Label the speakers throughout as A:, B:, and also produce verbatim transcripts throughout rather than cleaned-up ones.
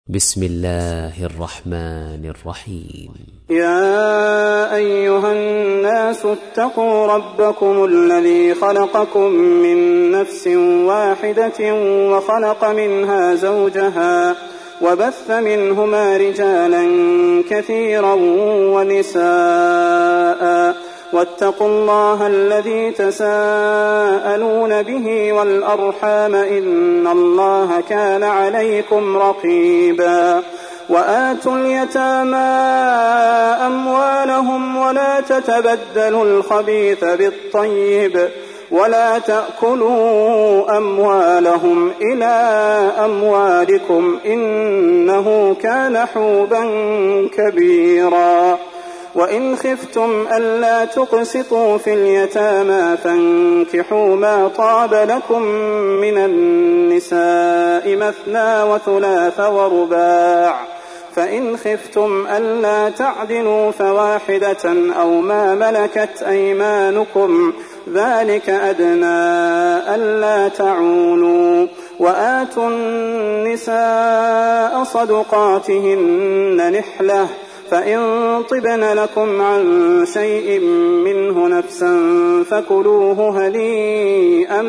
A: بسم الله الرحمن الرحيم.
B: يا أيها الناس اتقوا ربكم الذي خلقكم من نفس واحدة وخلق منها زوجها وبث منهما رجالا كثيرا ونساء واتقوا الله الذي تساءلون به والأرحام إن الله كان عليكم رقيبا. وآتوا اليتامى أموالهم ولا تتبدلوا الخبيث بالطيب ولا تأكلوا أموالهم إلى أموالكم إنه كان حوبا كبيرا. وإن خفتم ألا تقسطوا في اليتامى فانكحوا ما طاب لكم من النساء مثنى وثلاث ورباع، فإن خفتم ألا تعدلوا فواحدة أو ما ملكت أيمانكم ذلك أدنى ألا تعولوا. وآتوا النساء صدقاتهن نحلة، فإن طبن لكم عن شيء منه نفسا فكلوه هنيئا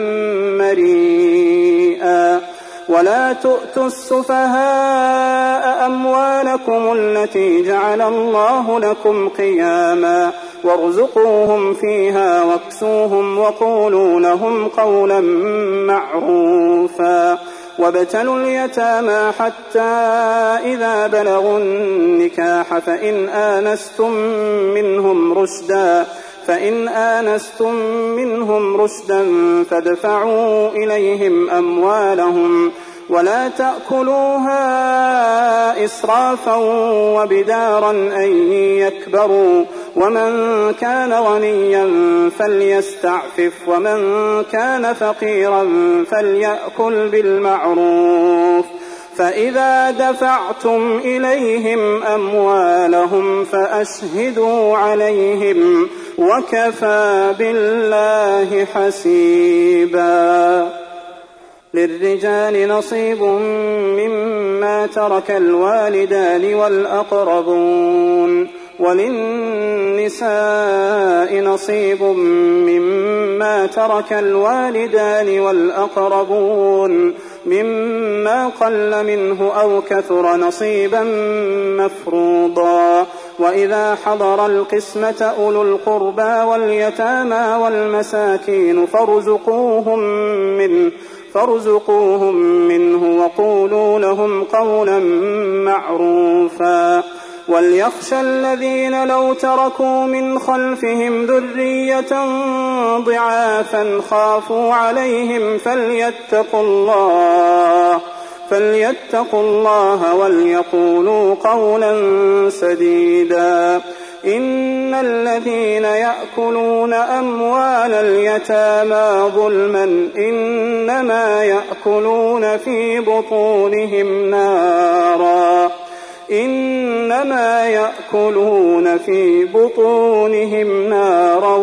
B: مريئا. ولا تؤتوا السفهاء أموالكم التي جعل الله لكم قياما وارزقوهم فيها واكسوهم وقولوا لهم قولا معروفا. وابتلوا اليتامى حتى إذا بلغوا النكاح فإن آنستم منهم رشدا فإن آنستم منهم رشدا فادفعوا إليهم أموالهم ولا تأكلوها إسرافا وبدارا أن يكبروا. ومن كان غنيا فليستعفف ومن كان فقيرا فليأكل بالمعروف. فإذا دفعتم إليهم أموالهم فأشهدوا عليهم وكفى بالله حسيبا. للرجال نصيب مما ترك الوالدان والأقربون وللنساء نصيب مما ترك الوالدان والأقربون مما قل منه أو كثر نصيبا مفروضا. وإذا حضر القسمة أولو القربى واليتامى والمساكين فارزقوهم منه فارزقوهم منه وقولوا لهم قولا معروفا. وليخشى الذين لو تركوا من خلفهم ذرية ضعافا خافوا عليهم فليتقوا الله فليتقوا الله وليقولوا قولا سديدا. إن الذين يأكلون أموال اليتامى ظلما إنما يأكلون في بطونهم نارا إنما يأكلون في بطونهم نارا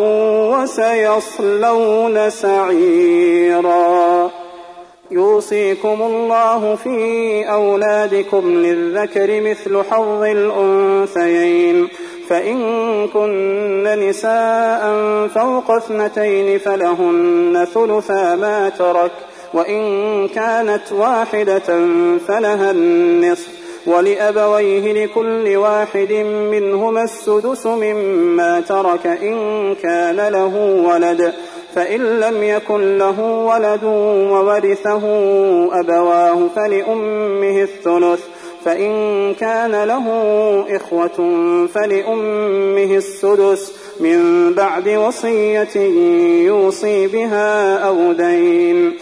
B: وسيصلون سعيرا. يوصيكم الله في أولادكم للذكر مثل حظ الأنثيين، فإن كن نساء فوق اثنتين فلهن ثلثا ما ترك، وإن كانت واحدة فلها النصف، ولأبويه لكل واحد منهما السدس مما ترك إن كان له ولد، فإن لم يكن له ولد وورثه أبواه فلأمه الثلث، فإن كان له إخوة فلأمه السدس من بعد وصية يوصي بها أو دين.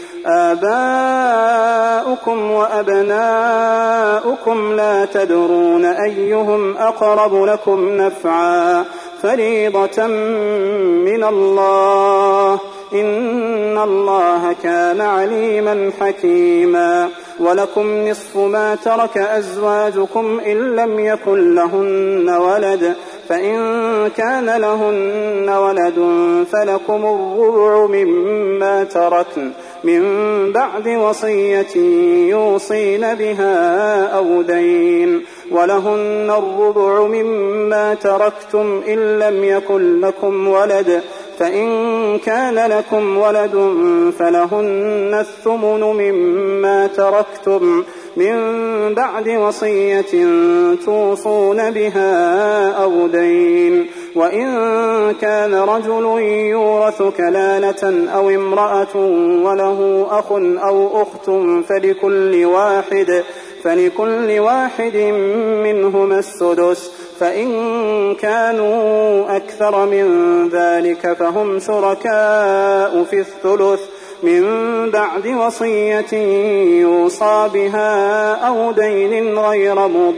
B: آباؤكم وأبناؤكم لا تدرون أيهم أقرب لكم نفعا فريضة من الله إن الله كان عليما حكيما. ولكم نصف ما ترك أزواجكم إن لم يكن لهن ولد، فإن كان لهن ولد فلكم الربع مما تركن، من بعد وصية يوصين بها أو دين، ولهن الربع مما تركتم إن لم يكن لكم ولد، فإن كان لكم ولد فلهن الثمن مما تركتم من بعد وصية توصون بها أو دين، وإن كان رجل يورث كلالة أو امرأة وله أخ أو أخت فلكل واحد فلكل واحد منهما السدس، فإن كانوا أكثر من ذلك فهم شركاء في الثلث من بعد وصية يوصى بها أو دين غير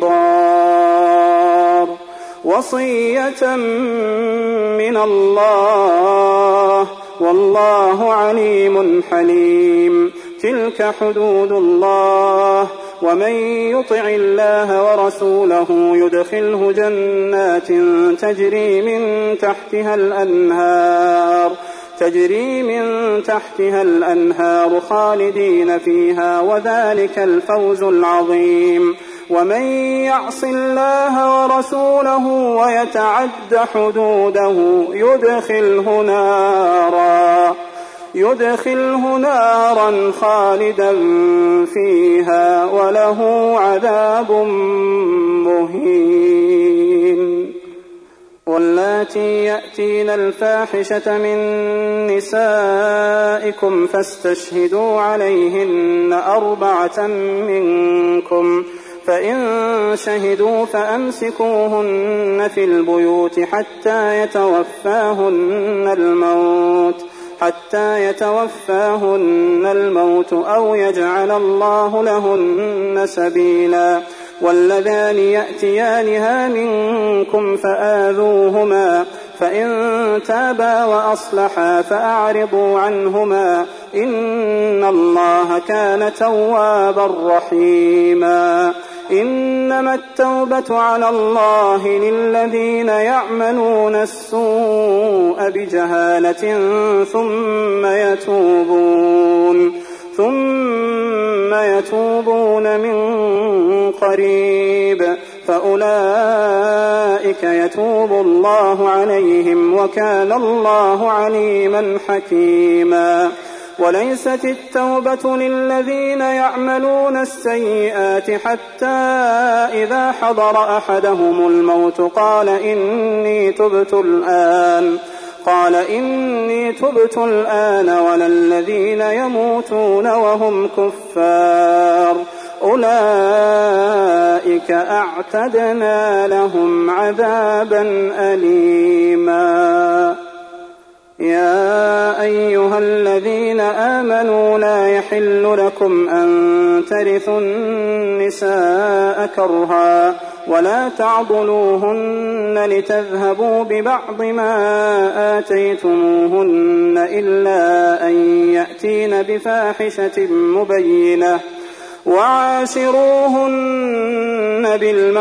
B: مضار، وصية من الله، والله عليم حليم. تلك حدود الله، ومن يطع الله ورسوله يدخله جنات تجري من تحتها الأنهار تجري من تحتها الأنهار خالدين فيها، وذلك الفوز العظيم. ومن يعص الله ورسوله ويتعد حدوده يدخله نارا يدخله نارا خالدا فيها وله عذاب مهين. واللاتي يأتين الفاحشة من نسائكم فاستشهدوا عليهن أربعة منكم، فإن شهدوا فأمسكوهن في البيوت حتى يتوفاهن الموت حتى يتوفاهن الموت أو يجعل الله لهن سبيلا. واللذان يأتيانها منكم فآذوهما، فإن تابا وأصلحا فأعرضوا عنهما، إن الله كان توابا رحيما. إنما التوبة على الله للذين يعملون السوء بجهالة ثم يتوبون ثم يتوبون من قريب فأولئك يتوب الله عليهم، وكان الله عليما حكيما. وليست التوبة للذين يعملون السيئات حتى إذا حضر أحدهم الموت قال إني تبت الآن قال إني تبت الآن ولا الذين يموتون وهم كفار، أولئك أعتدنا لهم عذابا أليما. يا أيها الذين آمنوا لا يحل لكم أن ترثوا النساء كرها ولا تعضلوهن لتذهبوا ببعض ما آتيتموهن إلا أن يأتين بفاحشة مبينة، وعاشروهن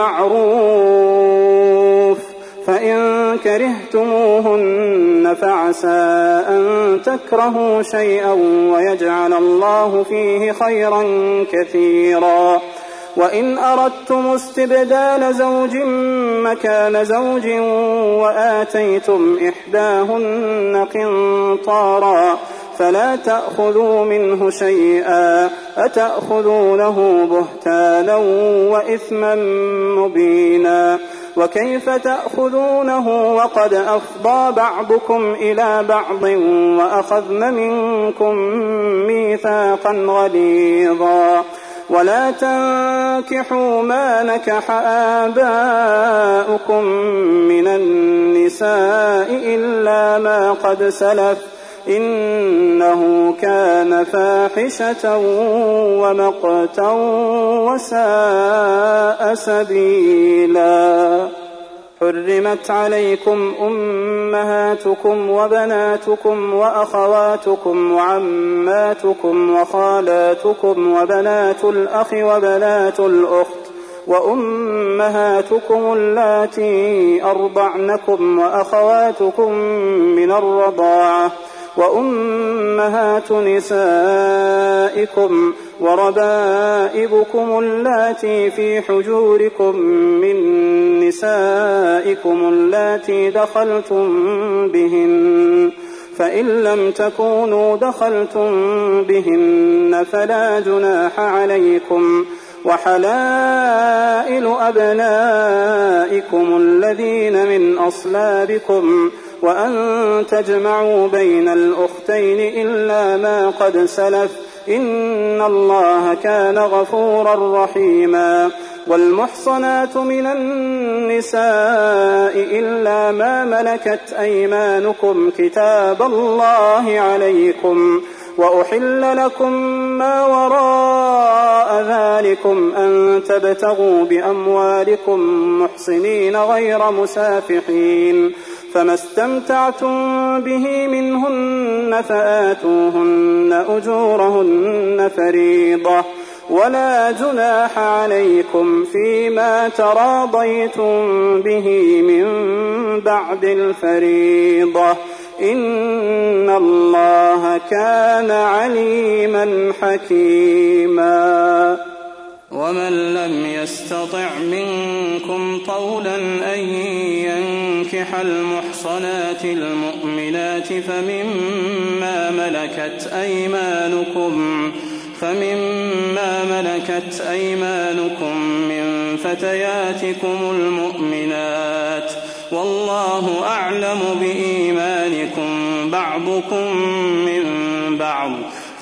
B: بالمعروف، فإن كرهتموهن فعسى أن تكرهوا شيئا ويجعل الله فيه خيرا كثيرا. وإن أردتم استبدال زوج مكان زوج وآتيتم إحداهن قنطارا فلا تأخذوا منه شيئا، أتأخذونه بهتانا وإثما مبينا. وكيف تأخذونه وقد أفضى بعضكم إلى بعض وأخذن منكم ميثاقا غليظا. ولا تنكحوا ما نكح آباؤكم من النساء إلا ما قد سلف، إنه كان فاحشة ومقتا وساء سبيلا. حرمت عليكم أمهاتكم وبناتكم وأخواتكم وعماتكم وخالاتكم وبنات الأخ وبنات الأخت وأمهاتكم اللاتي أرضعنكم وأخواتكم من الرضاعة وأمهات نسائكم وربائبكم اللاتي في حجوركم من نسائكم اللاتي دخلتم بهن، فإن لم تكونوا دخلتم بهن فلا جناح عليكم، وحلائل أبنائكم الذين من أصلابكم، وأن تجمعوا بين الأختين إلا ما قد سلف، إن الله كان غفورا رحيما. والمحصنات من النساء إلا ما ملكت أيمانكم كتاب الله عليكم، وأحل لكم ما وراء ذلكم أن تبتغوا بأموالكم محصنين غير مسافحين، فما استمتعتم به منهن فآتوهن أجورهن فريضة، ولا جناح عليكم فيما تراضيتم به من بعد الفريضة، إن الله كان عليما حكيما.
C: ومن لم يستطع منكم طولا أن ينكح المحصنات المؤمنات فمما ملكت أيمانكم فمما ملكت أيمانكم من فتياتكم المؤمنات، والله أعلم بإيمانكم بعضكم من بعض،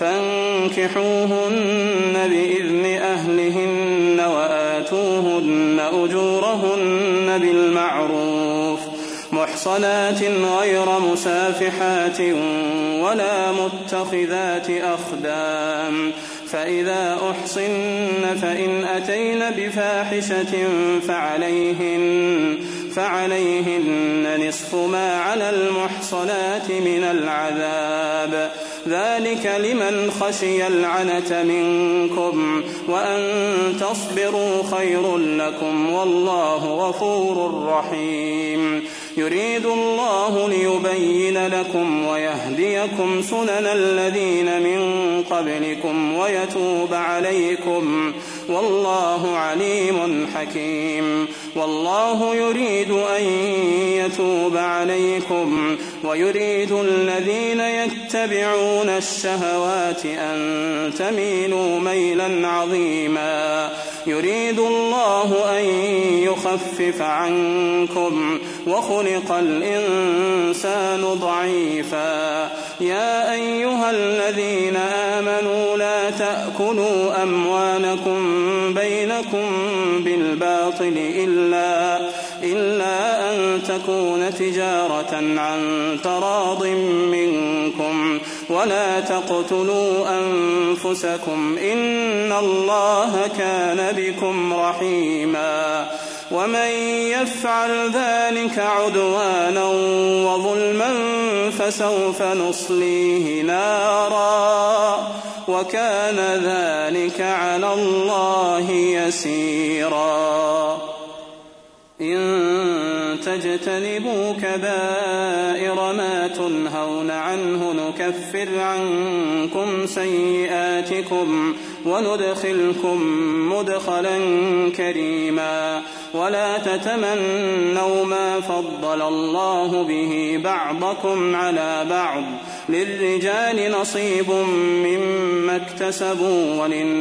C: فانكحوهن بإذن أهلهن وآتوهن أجورهن بالمعروف محصنات غير مسافحات ولا متخذات أخدان، فإذا أحصن فإن أتين بفاحشة فعليهن, فعليهن نصف ما على المحصنات من العذاب، ذلك لمن خشي العنة منكم، وأن تصبروا خير لكم، والله غفور رحيم. يريد الله ليبين لكم ويهديكم سنن الذين من قبلكم ويتوب عليكم، والله عليم حكيم. والله يريد أن يتوب عليكم ويريد الذين يتبعون الشهوات أن تميلوا ميلا عظيما. يريد الله أن يخفف عنكم وخلق الإنسان ضعيفا. يا أيها الذين آمنوا لا تأكلوا أموالكم بينكم بالباطل إلا, إلا أن تكون تجارة عن تراض منكم، ولا تقتلوا أنفسكم إن الله كان بكم رحيما. ومن يفعل ذلك عدوانا وظلما فسوف نصليه نارا، وكان ذلك على الله يسيرا. إن تجتنبوا كبائر ما تنهون عنه نكفر عنكم سيئاتكم وندخلكم مدخلا كريما. ولا تتمنوا ما فضل الله به بعضكم على بعض، للرجال نصيب مما اكتسبوا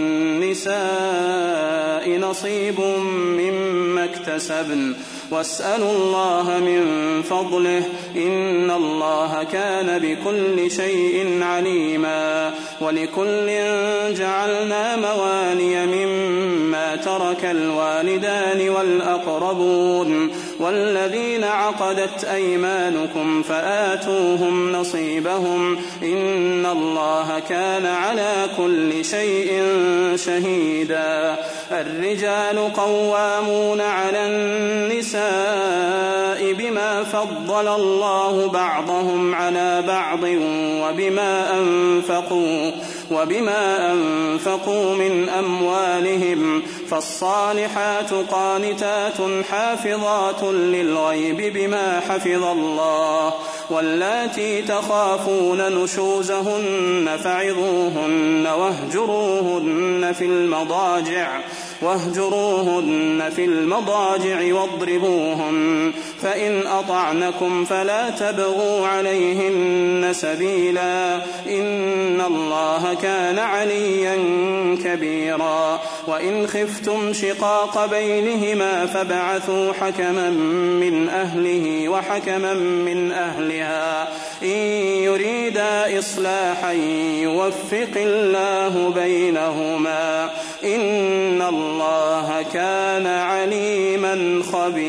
C: وللنساء نصيب مما اكتسبن، واسألوا الله من فضله إن الله كان بكل شيء عليما. ولكل جعلنا موالي مما ترك الوالدان والأقربون والذين عقدت أيمانكم فآتوهم نصيبهم إن الله كان على كل شيء شهيدا. الرجال قوامون على النساء بما فضل الله بعضهم على بعض وبما أنفقوا, وبما أنفقوا من أموالهم، فالصالحات قانتات حافظات للغيب بما حفظ الله، واللاتي تخافون نشوزهن فعظوهن واهجروهن في المضاجع واهجروهن في المضاجع واضربوهن، فإن أطعنكم فلا تبغوا عليهن سبيلا، إن الله كان عليا كبيرا. وإن خفتم شقاق بينهما فابعثوا حكما من أهله وحكما من أهلها إن يريدا إصلاحا يوفق الله بينهما، إن الله كان عليما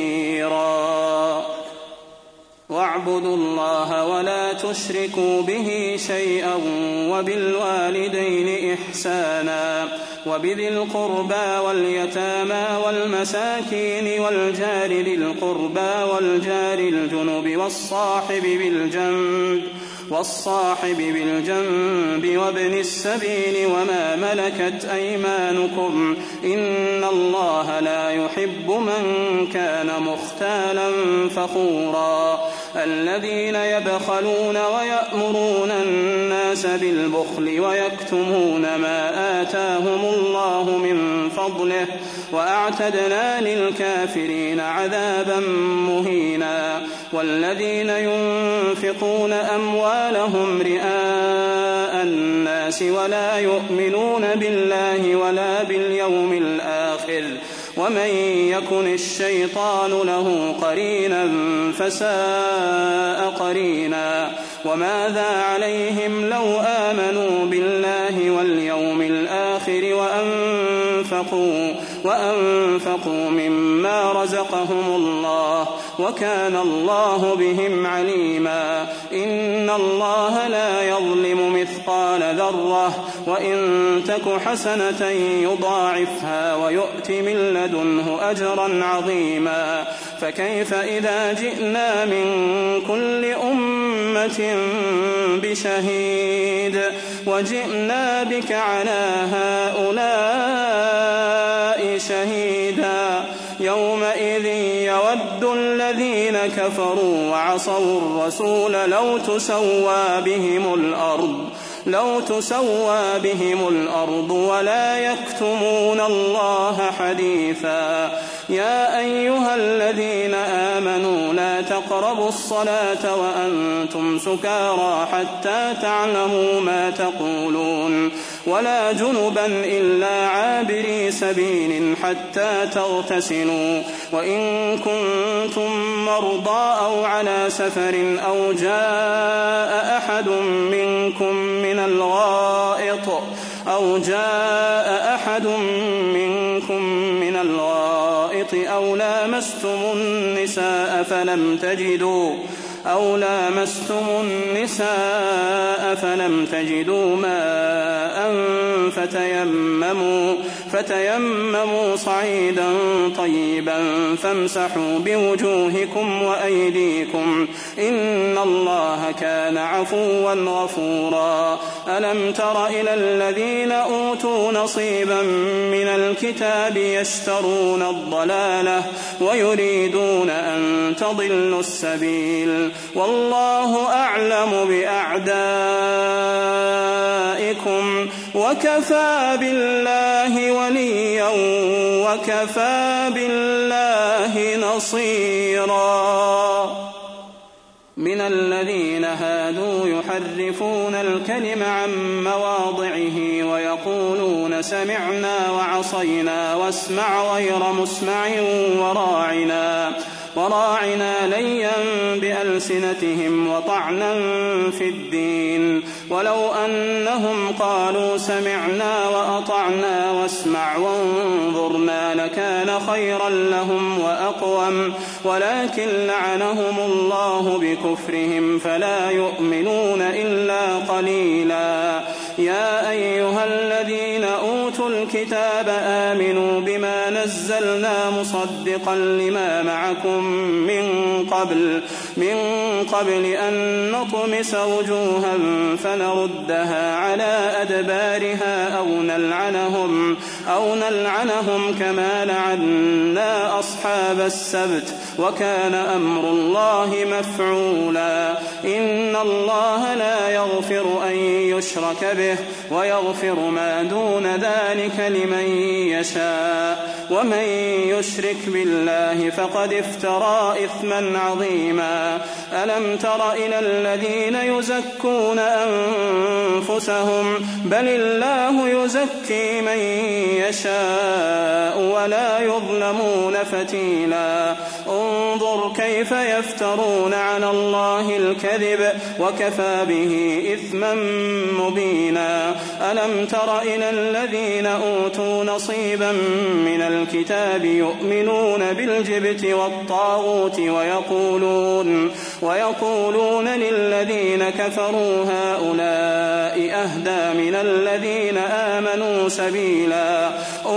C: خبيرا. واعبدوا الله ولا تشركوا به شيئا وبالوالدين إحسانا وبذي القربى واليتامى والمساكين والجار ذي القربى والجار الجنب والصاحب بالجنب والصاحب بالجنب وابن السبيل وما ملكت أيمانكم، إن الله لا يحب من كان مختالا فخورا. الذين يبخلون ويأمرون الناس بالبخل ويكتمون ما آتاهم الله من فضله، وأعتدنا للكافرين عذابا مهينا. والذين ينفقون أموالهم رئاء الناس ولا يؤمنون بالله ولا باليوم الآخر، ومن يكن الشيطان له قرينا فساء قرينا. وماذا عليهم لو آمنوا بالله واليوم الآخر وأنفقوا, وأنفقوا مما رزقهم الله، وكان الله بهم عليما. إن الله لا يظلم مثقال ذرة، وإن تك حسنة يضاعفها ويؤت من لدنه أجرا عظيما. فكيف إذا جئنا من كل أمة بشهيد وجئنا بك على هؤلاء شهيدا، يومئذ يود الذين كفروا وعصوا الرسول لو تسوى بهم الأرض لو تسوى بهم الأرض ولا يكتمون الله حديثا. يا أيها الذين آمنوا لا تقربوا الصلاة وأنتم سكارى حتى تعلموا ما تقولون، ولا جنبا إلا عابري سبيل حتى تغتسلوا، وإن كنتم مرضى أو على سفر أو جاء أحد منكم من الغائط أو جاء أحد منكم من الغائط أو لامستم النساء فلم تجدوا أو لامستم النساء فلم تجدوا ماء فتيمموا فتيمموا صعيدا طيبا فامسحوا بوجوهكم وأيديكم، إن الله كان عفوا غفورا. ألم تر إلى الذين أوتوا نصيبا من الكتاب يشترون الضلالة ويريدون أن تضلوا السبيل، والله أعلم بأعدائكم، وكفى بالله وليا وكفى بالله نصيرا. من الذين هادوا يحرفون الكلم عن مواضعه ويقولون سمعنا وعصينا واسمع غير مسمع وراعنا وراعنا ليا بألسنتهم وطعنا في الدين، ولو أنهم قالوا سمعنا وأطعنا واسمع وانظرنا لكان خيرا لهم وأقوم، ولكن لعنهم الله بكفرهم فلا يؤمنون إلا قليلا. يا أيها الذين أوتوا الكتاب آمنوا بما نزلنا مصدقا لما معكم من قبل من قبل أن نطمس وجوها فنردها على أدبارها أو نلعنهم أو نلعنهم كما لعنا أصحاب السبت وكان أمر الله مفعولا إن الله لا يغفر أن يشرك به ويغفر ما دون ذلك لمن يشاء ومن يشرك بالله فقد افترى إثما عظيما ألم تر إلى الذين يزكون أنفسهم بل الله يزكي من يشاء ولا يظلمون فتيلا انظر كيف يفترون على الله الكذب وكفى به إثما مبينا ألم تر إلى الذين أوتوا نصيبا من الكتاب يؤمنون بالجبت والطاغوت ويقولون, ويقولون للذين كفروا هؤلاء أهدى من الذين آمنوا سبيلا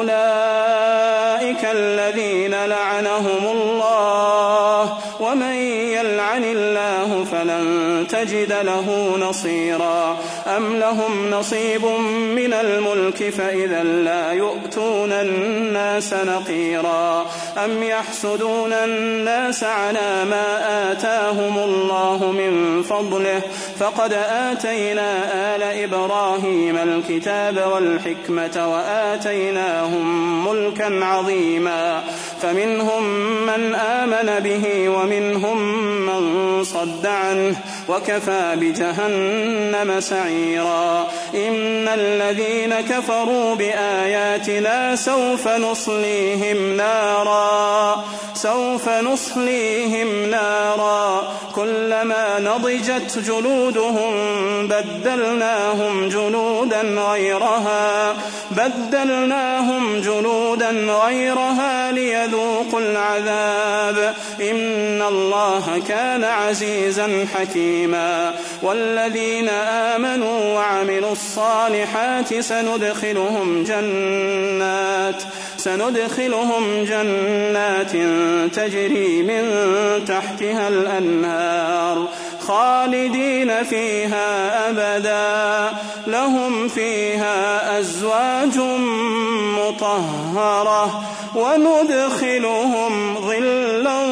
C: أولئك الذين لعنهم الله ومن يلعن الله فلن تجد له نصيرا أم لهم نصيب من الملك فإذا لا يؤتون الناس نقيرا أم يحسدون الناس على ما آتاهم الله من فضله فقد آتينا آل إبراهيم الكتاب والحكمة وآتيناهم ملكا عظيما فمنهم من آمن به ومنهم من صد عنه وكفى بجهنم سعيرا إن الذين كفروا بآياتنا سوف نصليهم نارا سوف نصليهم نارا كلما نضجت جلودهم بدلناهم جلودا غيرها بدلناهم جلودا غيرها ليذوقوا العذاب إن الله كان عزيزا حكيما والذين آمنوا وعملوا الصالحات سندخلهم جنات سندخلهم جنات تجري من تحتها الأنهار خالدين فيها أبدا لهم فيها أزواج مطهرة وندخلهم ظلا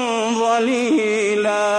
C: ظليلا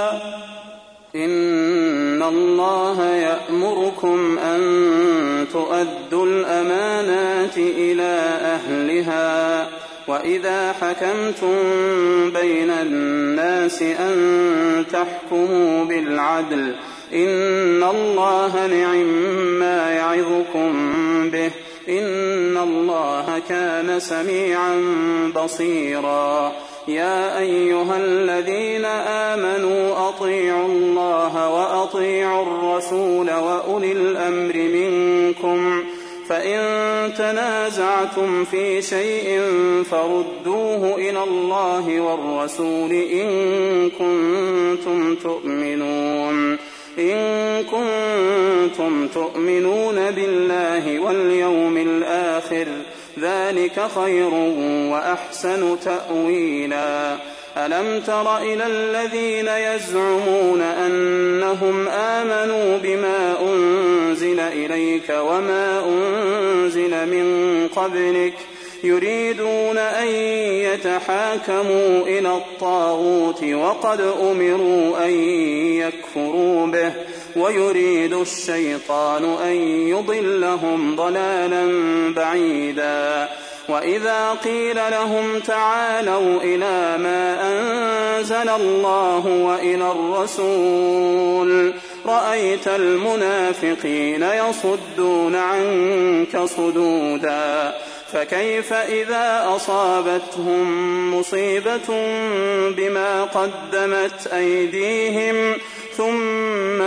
C: إن الله يأمركم أن تؤدوا الأمانات إلى أهلها وإذا حكمتم بين الناس أن تحكموا بالعدل إن الله نعما يعظكم به إن الله كان سميعا بصيرا يا أيها الذين آمنوا أطيعوا الله وأطيعوا الرسول وأولي الأمر منكم فإن تنازعتم في شيء فردوه إلى الله والرسول إن كنتم تؤمنون إن كنتم تؤمنون بالله واليوم الآخر ذلك خير وأحسن تأويلا ألم تر إلى الذين يزعمون أنهم آمنوا بما أنزل إليك وما أنزل من قبلك يريدون أن يتحاكموا إلى الطاغوت وقد أمروا أن يكفروا به ويريد الشيطان أن يضلهم ضلالا بعيدا وإذا قيل لهم تعالوا إلى ما أنزل الله وإلى الرسول رأيت المنافقين يصدون عنك صدودا فكيف إذا أصابتهم مصيبة بما قدمت أيديهم ثم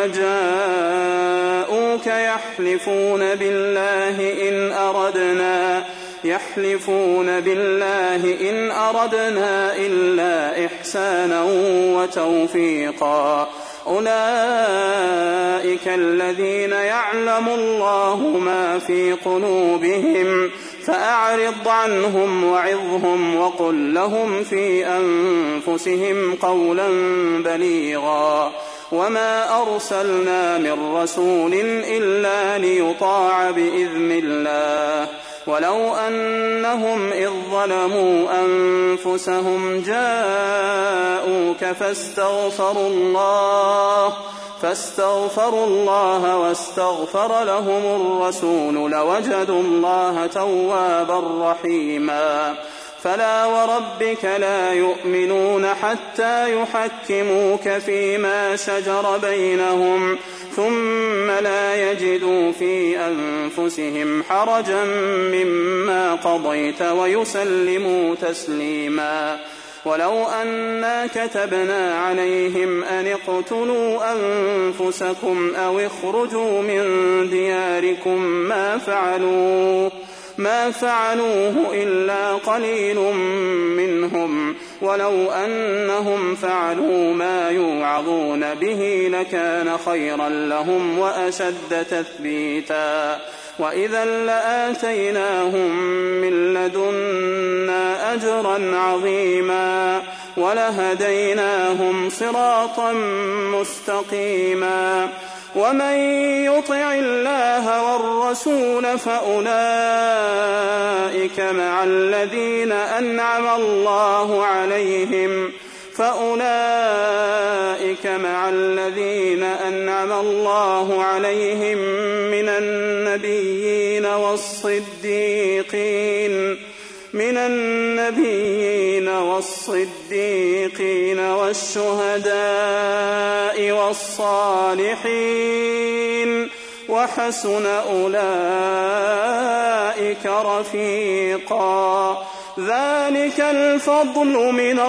C: جاءوك يحلفون بالله إن أردنا يحلفون بالله إن أردنا إلا إحسانا وتوفيقا أولئك الذين يعلم الله ما في قلوبهم فأعرض عنهم وعظهم وقل لهم في أنفسهم قولا بليغا وما أرسلنا من رسول إلا ليطاع بإذن الله ولو أنهم إذ ظلموا أنفسهم جاءوك فاستغفروا الله فاستغفروا الله واستغفر لهم الرسول لوجدوا الله توابا رحيما فلا وربك لا يؤمنون حتى يحكموك فيما شجر بينهم ثم لا يجدوا في أنفسهم حرجا مما قضيت ويسلموا تسليما ولو أنا كتبنا عليهم أن اقتلوا أنفسكم أو اخرجوا من دياركم ما فعلوه ما فعلوه إلا قليل منهم ولو أنهم فعلوا ما يوعظون به لكان خيرا لهم وأشد تثبيتا وإذا لآتيناهم من لدنا أجرا عظيما ولهديناهم صراطا مستقيما ومن يطع الله والرسول فأولئك مع الذين أنعم الله عليهم فأولئك مع الذين أنعم الله عليهم من النبيين والصديقين من النبيين والصديقين والشهداء والصالحين وحسن أولئك رفيقا ذلك الفضل من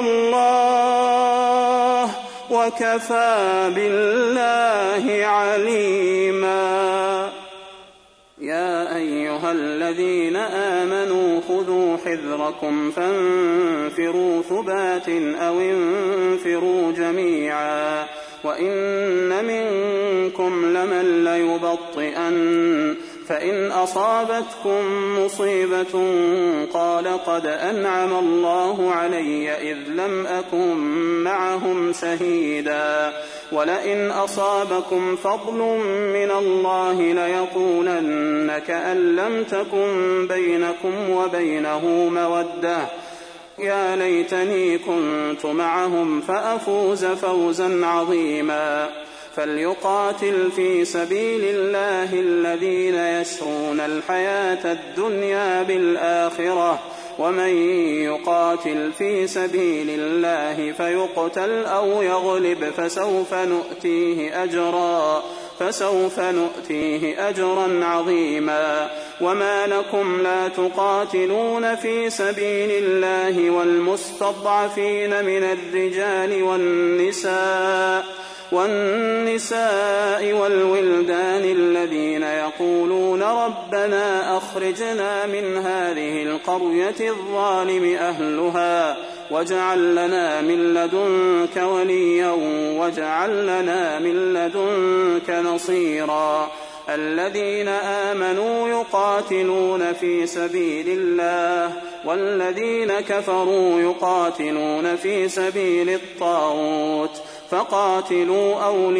C: الله وكفى بالله عليما يا أيها الذين آمنوا خذوا حذركم فانفروا ثبات أو انفروا جميعا وإن منكم لمن ليبطئن فإن أصابتكم مصيبة قال قد أنعم الله علي إذ لم أكن معهم شهيدا ولئن أصابكم فضل من الله ليقولن كأن لم تكن بينكم وبينه مودة يا ليتني كنت معهم فأفوز فوزا عظيما فليقاتل في سبيل الله الذين يشرون الحياة الدنيا بالآخرة ومن يقاتل في سبيل الله فيقتل أو يغلب فسوف نؤتيه أجرا فسوف نؤتيه أجرا عظيما وما لكم لا تقاتلون في سبيل الله والمستضعفين من الرجال والنساء والنساء والولدان الذين يقولون ربنا أخرجنا من هذه القرية الظالم أهلها واجعل لنا من لدنك وليا واجعل لنا من لدنك نصيرا الذين آمنوا يقاتلون في سبيل الله والذين كفروا يقاتلون في سبيل الطاغوت فقاتلوا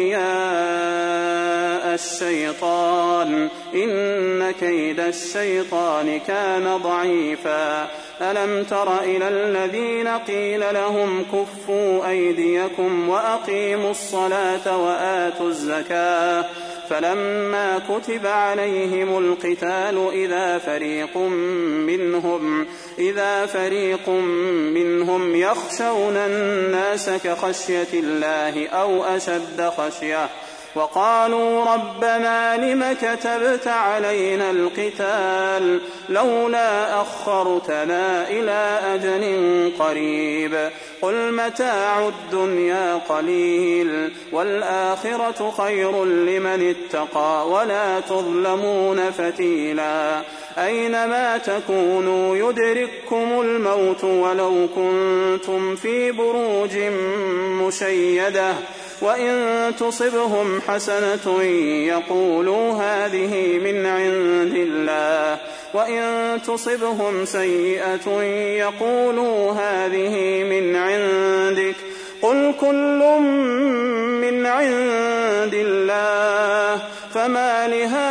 C: أولياء الشيطان إن كيد الشيطان كان ضعيفا ألم تر إلى الذين قيل لهم كفوا أيديكم وأقيموا الصلاة وآتوا الزكاة فلما كتب عليهم القتال إذا فريق منهم إذا فريق منهم يخشون الناس كخشية الله أو أشد خشية وقالوا ربنا لم كتبت علينا القتال لولا أخرتنا إلى أجل قريب قل متاع الدنيا قليل والآخرة خير لمن اتقى ولا تظلمون فتيلا أينما تكونوا يدرككم الموت ولو كنتم في بروج مشيدة وإن تصبهم حسنة يقولوا هذه من عند الله وإن تصبهم سيئة يقولوا هذه من عندك قل كل من عند الله فما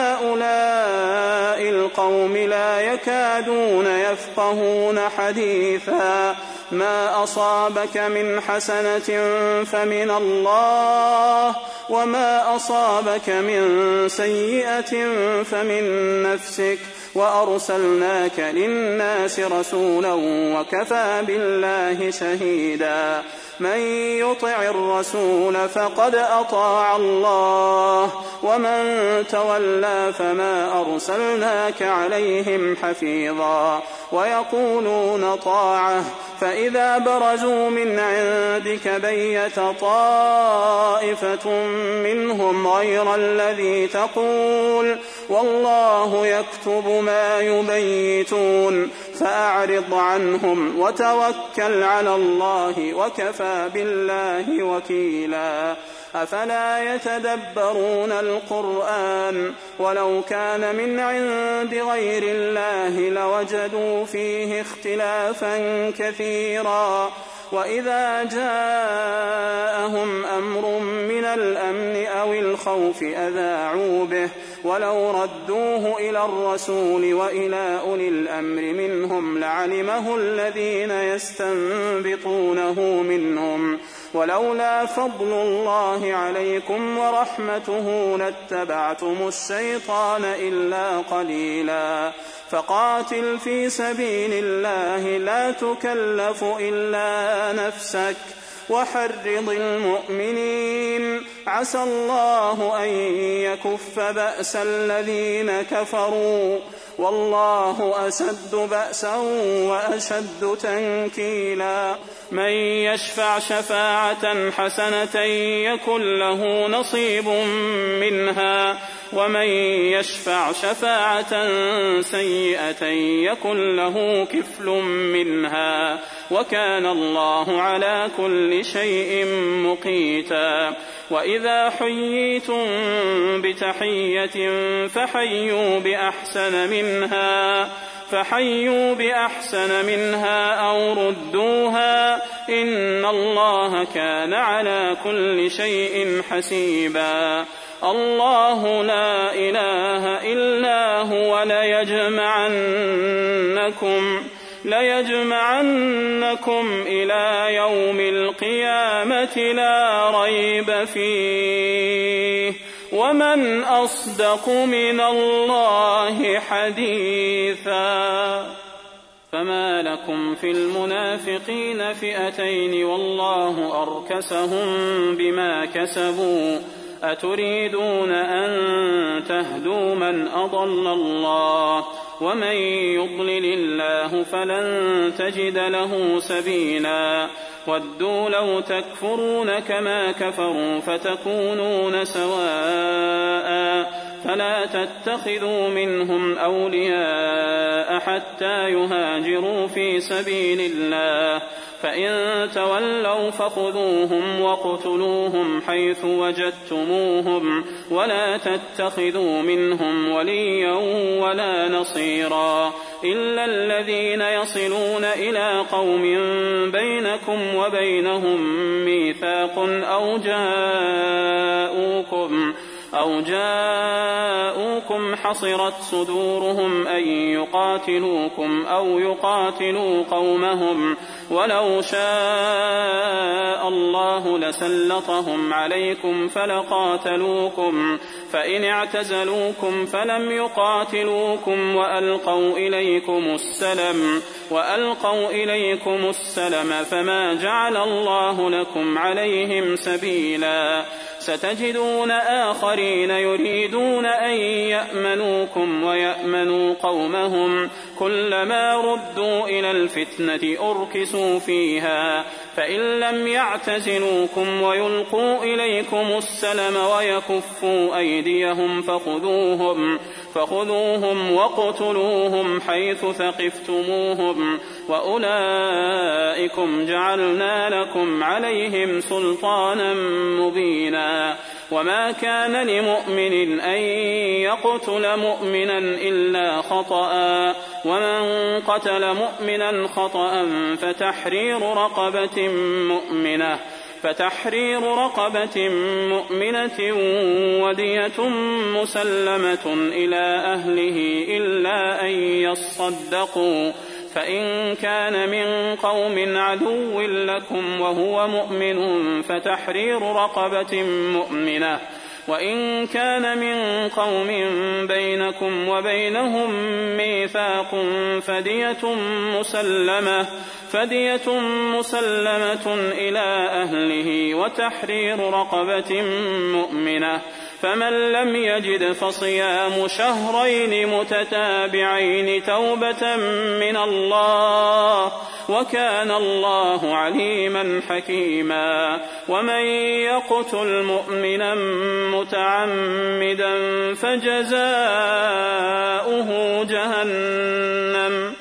C: لهؤلاء القوم لا يكادون يفقهون حديثا ما أصابك من حسنة فمن الله وما أصابك من سيئة فمن نفسك وأرسلناك للناس رسولا وكفى بالله شهيدا من يطع الرسول فقد أطاع الله ومن تولى فما أرسلناك عليهم حفيظا ويقولون طاعة فإذا برزوا من عندك بيت طائفة منهم غير الذي تقول والله يكتب ما يبيتون فأعرض عنهم وتوكل على الله وكفى بالله وكيلا أفلا يتدبرون القرآن ولو كان من عند غير الله لوجدوا فيه اختلافا كثيرا وإذا جاءهم أمر من الأمن أو الخوف أذاعوا به ولو ردوه إلى الرسول وإلى أولي الأمر منهم لعلمه الذين يستنبطونه منهم ولولا فضل الله عليكم ورحمته لاتبعتم الشيطان إلا قليلا فقاتل في سبيل الله لا تكلف إلا نفسك وحرض المؤمنين عسى الله أن يكف بأس الذين كفروا والله أشد بأسا وأشد تنكيلا من يشفع شفاعة حسنة يكن له نصيب منها ومن يشفع شفاعة سيئة يكن له كفل منها وكان الله على كل شيء مقيتا وإذا حييتم بتحية فحيوا بأحسن منها فحيوا بأحسن منها أو ردوها إن الله كان على كل شيء حسيبا الله لا إله إلا هو ليجمعنكم ليجمعنكم إلى يوم القيامة لا ريب فيه ومن أصدق من الله حديثا فما لكم في المنافقين فئتين والله أركسهم بما كسبوا أتريدون أن تهدوا من أضل الله ومن يضلل الله فلن تجد له سبيلا ودوا لو تكفرون كما كفروا فتكونون سواء فلا تتخذوا منهم أولياء حتى يهاجروا في سبيل الله فإن تولوا فخذوهم واقتلوهم حيث وجدتموهم ولا تتخذوا منهم وليا ولا نصيرا إلا الذين يصلون إلى قوم بينكم وبينهم ميثاق أو جاءوكم أو جاءوكم حصرت صدورهم أن يقاتلوكم أو يقاتلوا قومهم ولو شاء الله لسلطهم عليكم فلقاتلوكم فإن اعتزلوكم فلم يقاتلوكم وألقوا إليكم السلم وألقوا إليكم السلم فما جعل الله لكم عليهم سبيلا ستجدون آخرين يريدون أن يأمنوكم ويأمنوا قومهم كلما ردوا إلى الفتنة أركسوا فيها فإن لم يعتزلوكم ويلقوا إليكم السلم ويكفوا أيديهم فخذوهم فخذوهم واقتلوهم حيث ثقفتموهم وأولئكم جعلنا لكم عليهم سلطانا مبينا. وما كان لمؤمن أن يقتل مؤمنا إلا خطأ، ومن قتل مؤمنا خطأ فتحرير رقبة مؤمنة فتحرير رقبة مؤمنة ودية مسلمة إلى أهله إلا أن يصدقوا، فإن كان من قوم عدو لكم وهو مؤمن فتحرير رقبة مؤمنة، وإن كان من قوم بينكم وبينهم ميثاق فدية مسلمة فدية مسلمة إلى أهله وتحرير رقبة مؤمنة. فمن لم يجد فصيام شهرين متتابعين توبة من الله، وكان الله عليما حكيما. ومن يقتل مؤمنا متعمدا فجزاؤه جهنم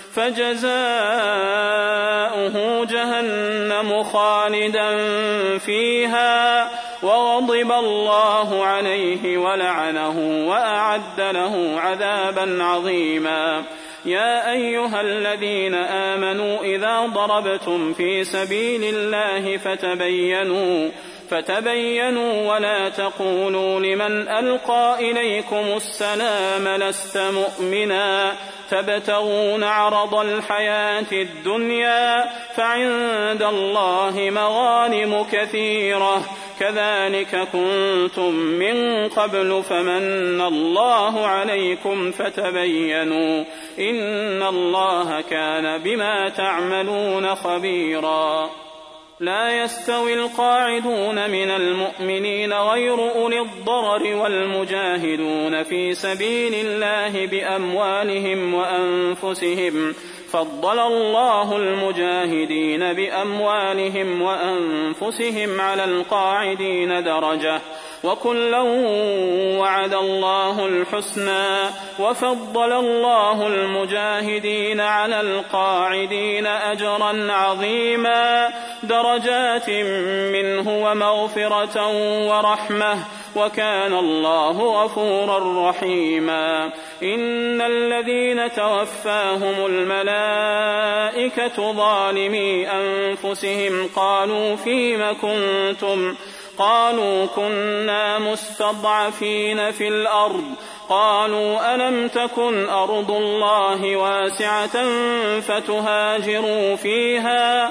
C: فجزاؤه جهنم خالدا فيها وغضب الله عليه ولعنه وأعد له عذابا عظيما. يا أيها الذين آمنوا إذا ضربتم في سبيل الله فتبينوا فتبينوا ولا تقولوا لمن ألقى إليكم السلام لست مؤمنا تبتغون عرض الحياة الدنيا فعند الله مغانم كثيرة كذلك كنتم من قبل فمن الله عليكم فتبينوا إن الله كان بما تعملون خبيرا. لا يستوي القاعدون من المؤمنين غير أولي الضرر والمجاهدون في سبيل الله بأموالهم وأنفسهم، فضل الله المجاهدين بأموالهم وأنفسهم على القاعدين درجة، وكلا وعد الله الحسنى، وفضل الله المجاهدين على القاعدين أجرا عظيما درجات منه ومغفرة ورحمة، وكان الله غفورا رحيما. إن الذين توفاهم الملائكة ظالمي أنفسهم قالوا فيم كنتم قالوا كنا مستضعفين في الأرض قالوا ألم تكن أرض الله واسعة فتهاجروا فيها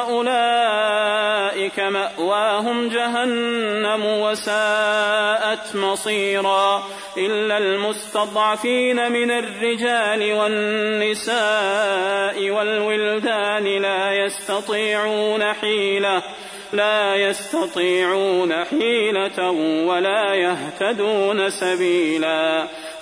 C: فأولئك مأواهم جهنم وساءت مصيرا. إلا المستضعفين من الرجال والنساء والولدان لا يستطيعون حيلة لا يستطيعون حيلة ولا يهتدون سبيلا،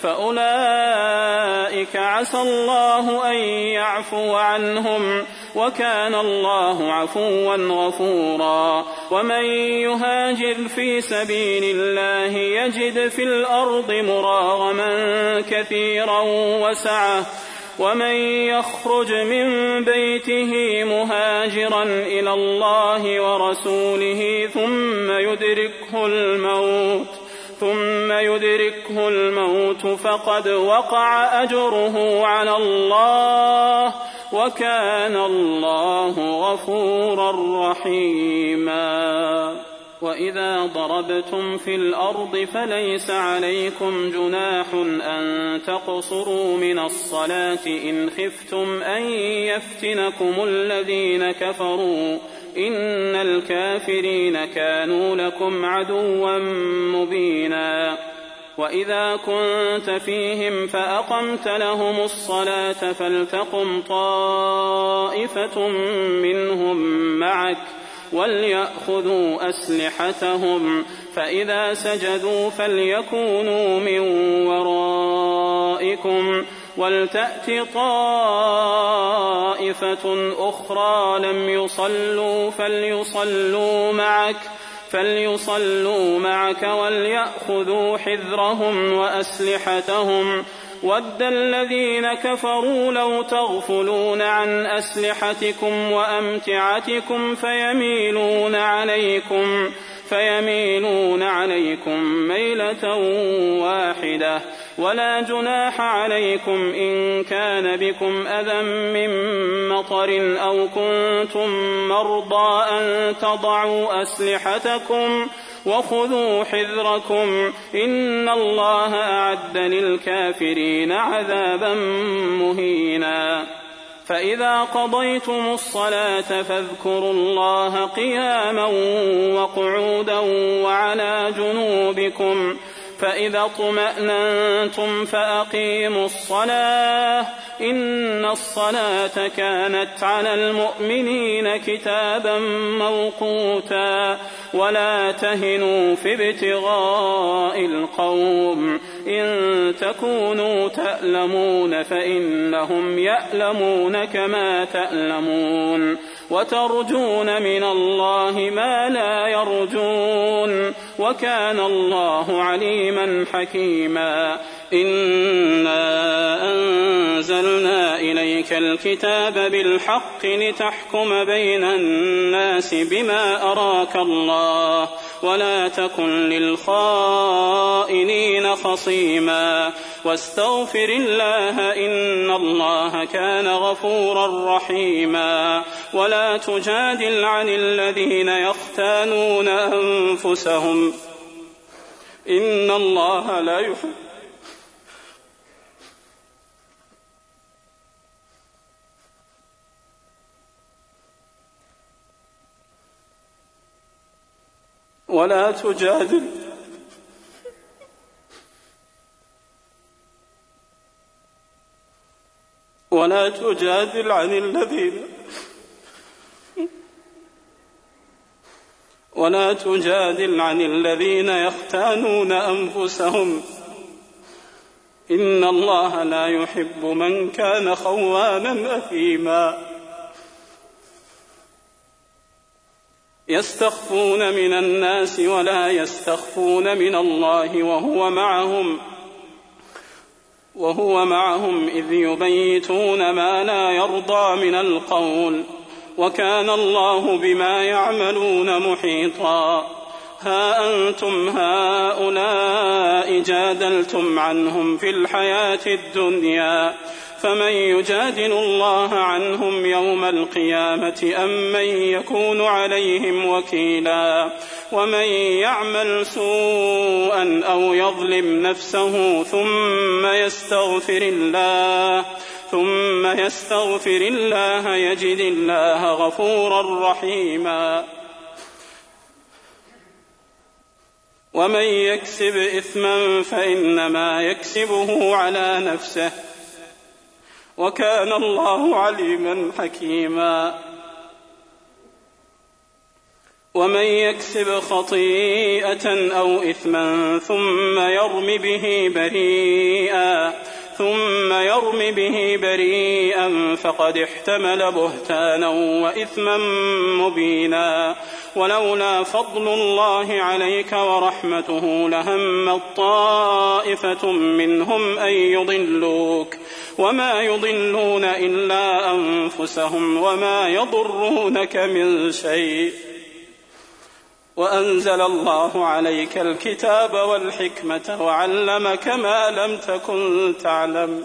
C: فأولئك عسى الله أن يعفو عنهم وكان الله عفوا غفورا. ومن يهاجر في سبيل الله يجد في الأرض مراغما كثيرا وسعة، ومن يخرج من بيته مهاجرا إلى الله ورسوله ثم يدركه الموت ثم يدركه الموت فقد وقع أجره على الله وكان الله غفورا رحيما. وإذا ضربتم في الأرض فليس عليكم جناح أن تقصروا من الصلاة إن خفتم أن يفتنكم الذين كفروا إن الكافرين كانوا لكم عدوا مبينا. وإذا كنت فيهم فأقمت لهم الصلاة فلتقم طائفة منهم معك وليأخذوا أسلحتهم فإذا سجدوا فليكونوا من ورائكم ولتأت طائفة أخرى لم يصلوا فليصلوا معك فليصلوا معك وليأخذوا حذرهم وأسلحتهم ود الذين كفروا لو تغفلون عن أسلحتكم وأمتعتكم فيميلون عليكم فيميلون عليكم ميلة واحدة ولا جناح عليكم إن كان بكم أذى من مطر أو كنتم مرضى أن تضعوا أسلحتكم وخذوا حذركم إن الله أعد للكافرين عذابا مهينا فإذا قضيتم الصلاة فاذكروا الله قياما وقعودا وعلى جنوبكم فإذا اطمأننتم فأقيموا الصلاة إن الصلاة كانت على المؤمنين كتابا موقوتا ولا تهنوا في ابتغاء القوم إن تكونوا تألمون فإنهم يألمون كما تألمون وترجون من الله ما لا يرجون وكان الله عليما حكيما إنا أنزلنا إليك الكتاب بالحق لتحكم بين الناس بما أراك الله ولا تكن للخائنين خصيما واستغفر الله إن الله كان غفورا رحيما ولا تجادل عن الذين يختانون أنفسهم إن الله لا يحب ولا تجادل ولا تجادل عن الذين ولا تجادل عن الذين يختانون أنفسهم إن الله لا يحب من كان خوانا أثيما يستخفون من الناس ولا يستخفون من الله وهو معهم وهو معهم إذ يبيتون ما لا يرضى من القول وكان الله بما يعملون محيطا ها أنتم هؤلاء جادلتم عنهم في الحياة الدنيا فمن يجادل الله عنهم يوم القيامة أم من يكون عليهم وكيلا ومن يعمل سوءا أو يظلم نفسه ثم يستغفر الله ثم يستغفر الله يجد الله غفورا رحيما ومن يكسب إثما فإنما يكسبه على نفسه وكان الله عليما حكيما ومن يكسب خطيئة أو إثما ثم يرم به بريئا ثم يرم به بريئا فقد احتمل بهتانا وإثما مبينا ولولا فضل الله عليك ورحمته لهمت طائفة منهم أن يضلوك وما يضلون إلا أنفسهم وما يضرونك من شيء وأنزل الله عليك الكتاب والحكمة وعلمك ما لم تكن تعلم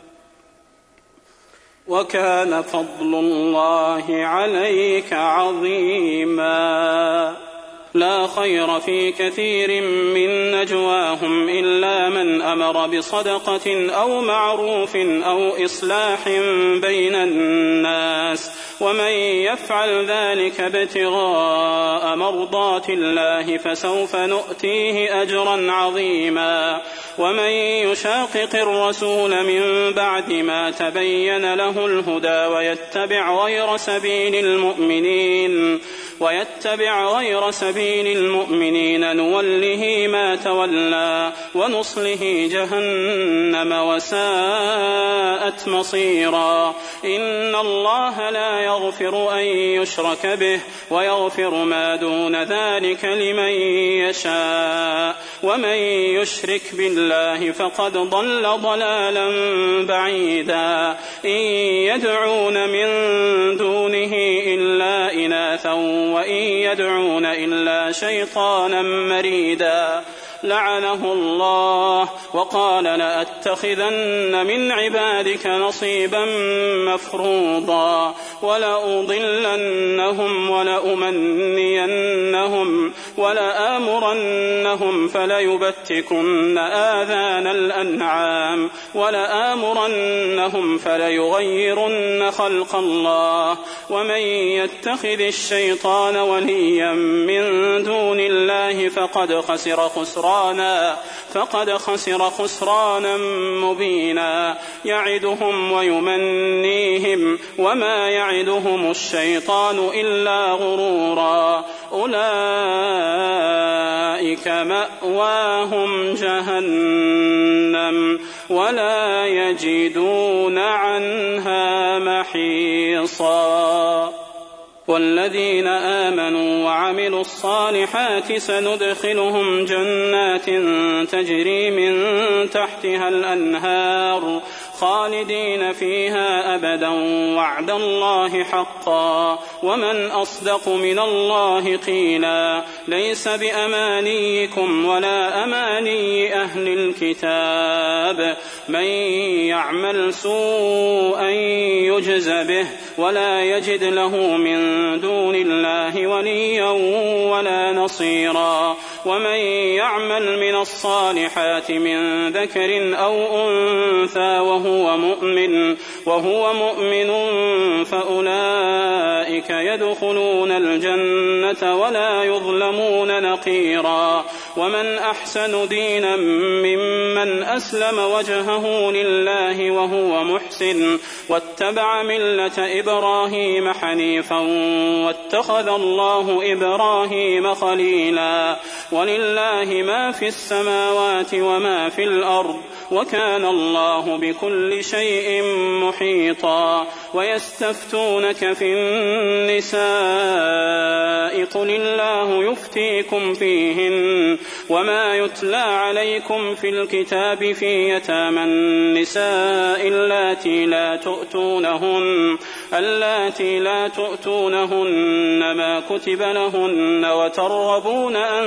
C: وكان فضل الله عليك عظيما لا خير في كثير من نجواهم إلا من أمر بصدقة أو معروف أو إصلاح بين الناس ومن يفعل ذلك ابتغاء مرضات الله فسوف نؤتيه أجرا عظيما ومن يشاقق الرسول من بعد ما تبين له الهدى ويتبع غير سبيل المؤمنين ويتبع غير سبيل المؤمنين نوله ما تولى ونصله جهنم وساءت مصيرا. إن الله لا يغفر أن يشرك به ويغفر ما دون ذلك لمن يشاء ومن يشرك بالله فقد ضل ضلالا بعيدا. إن يدعون من دونه إلا إناثا وإن يدعون إلا شيطانا مريدا لعنه الله وقال لأتخذن من عبادك نصيبا مفروضا ولأضلنهم ولأمنينهم ولآمرنهم فليبتكن آذان الأنعام ولآمرنهم فليغيرن خلق الله. ومن يتخذ الشيطان وليا من دون الله فقد خسر خسرانا فقد خسر خسرانا مبينا. يعدهم ويمنيهم وما يعدهم الشيطان إلا غرورا. أولئك مأواهم جهنم ولا يجدون عنها محيصا. والذين آمنوا وعملوا الصالحات سندخلهم جنات تجري من تحتها الأنهار خالدين فيها أبدا وعد الله حقا ومن أصدق من الله قيلا. ليس بأمانيكم ولا أماني أهل الكتاب من يعمل سوءا يجز به ولا يجد له من دون الله وليا ولا نصيرا. ومن يعمل من الصالحات من ذكر أو أنثى وهو مؤمن وهو مؤمن فأولئك يدخلون الجنة ولا يظلمون نقيرا. ومن أحسن دينا ممن أسلم وجهه لله وهو محسن واتبع ملة إبراهيم حنيفا واتخذ الله إبراهيم خليلا. ولله ما في السماوات وما في الأرض وكان الله بكل شيء محيطا. ويستفتونك في النساء قل الله يفتيكم فيهن وما يتلى عليكم في الكتاب في يتامى النساء اللاتي لا تؤتونهن اللاتي لا تؤتونهن ما كتب لهن وترغبون أن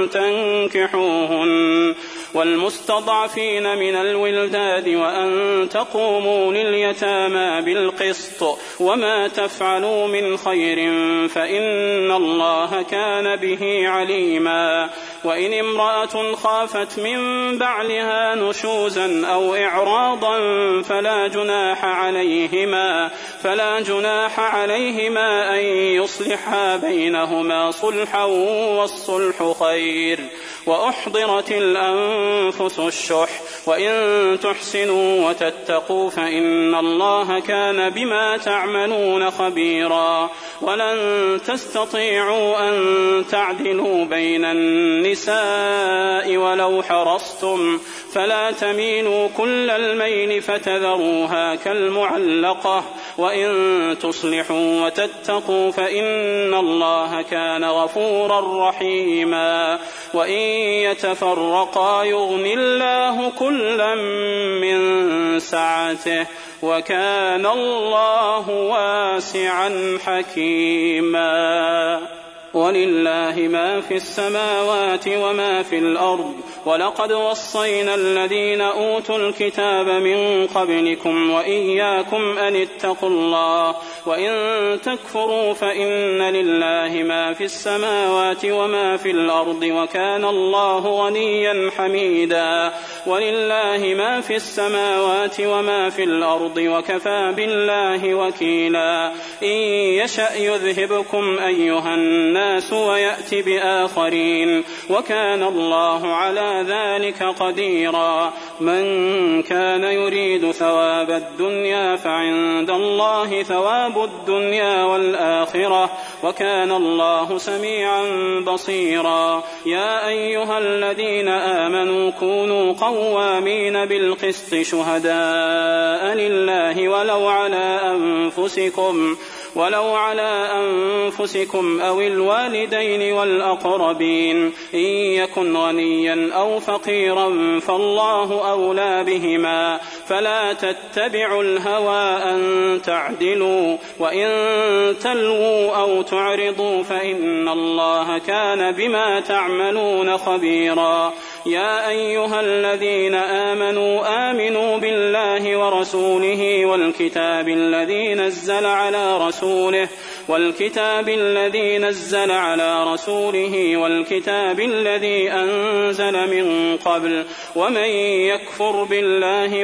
C: تنكحوهن والمستضعفين من الولدان وأن تقوموا لليتامى بالقسط وما تفعلوا من خير فإن الله كان به عليما. وإن امرأة خافت من بعلها نشوزا أو إعراضا فلا جناح عليهما فلا جناح عليهما أن يصلحا بينهما صلحا والصلح خير. وأحضرت الأنفس الشح وإن تحسنوا وتتقوا فإن الله كان بما تعملون خبيرا. ولن تستطيعوا أن تعدلوا بين النساء ولو حرصتم فلا تميلوا كل الميل فتذروها كالمعلقة. وإن تصلحوا وتتقوا فإن الله كان غفورا رحيما. وإن يتفرقا يغن الله كلا من سعته وكان الله واسعا حكيما. ولله ما في السماوات وما في الأرض ولقد وصينا الذين أوتوا الكتاب من قبلكم وإياكم أن اتقوا الله وإن تكفروا فإن لله ما في السماوات وما في الأرض وكان الله غنيا حميدا. ولله ما في السماوات وما في الأرض وكفى بالله وكيلا. إن يشأ يذهبكم أيها الناس ويأتي بآخرين وكان الله على على ذلك قديرا من كان يريد ثواب الدنيا فعند الله ثواب الدنيا والآخرة وكان الله سميعا بصيرا يا أيها الذين آمنوا كونوا قوامين بالقسط شهداء لله ولو على أنفسكم ولو على أنفسكم أو الوالدين والأقربين إن يكن غنيا أو فقيرا فالله أولى بهما فلا تتبعوا الهوى أن تعدلوا وإن تلووا أو تعرضوا فإن الله كان بما تعملون خبيرا يا أيها الذين آمنوا آمنوا بالله ورسوله والكتاب الذي نزل على رسوله والكتاب الذي نزل على رسوله والكتاب الذي أنزل من قبل ومن يكفر بالله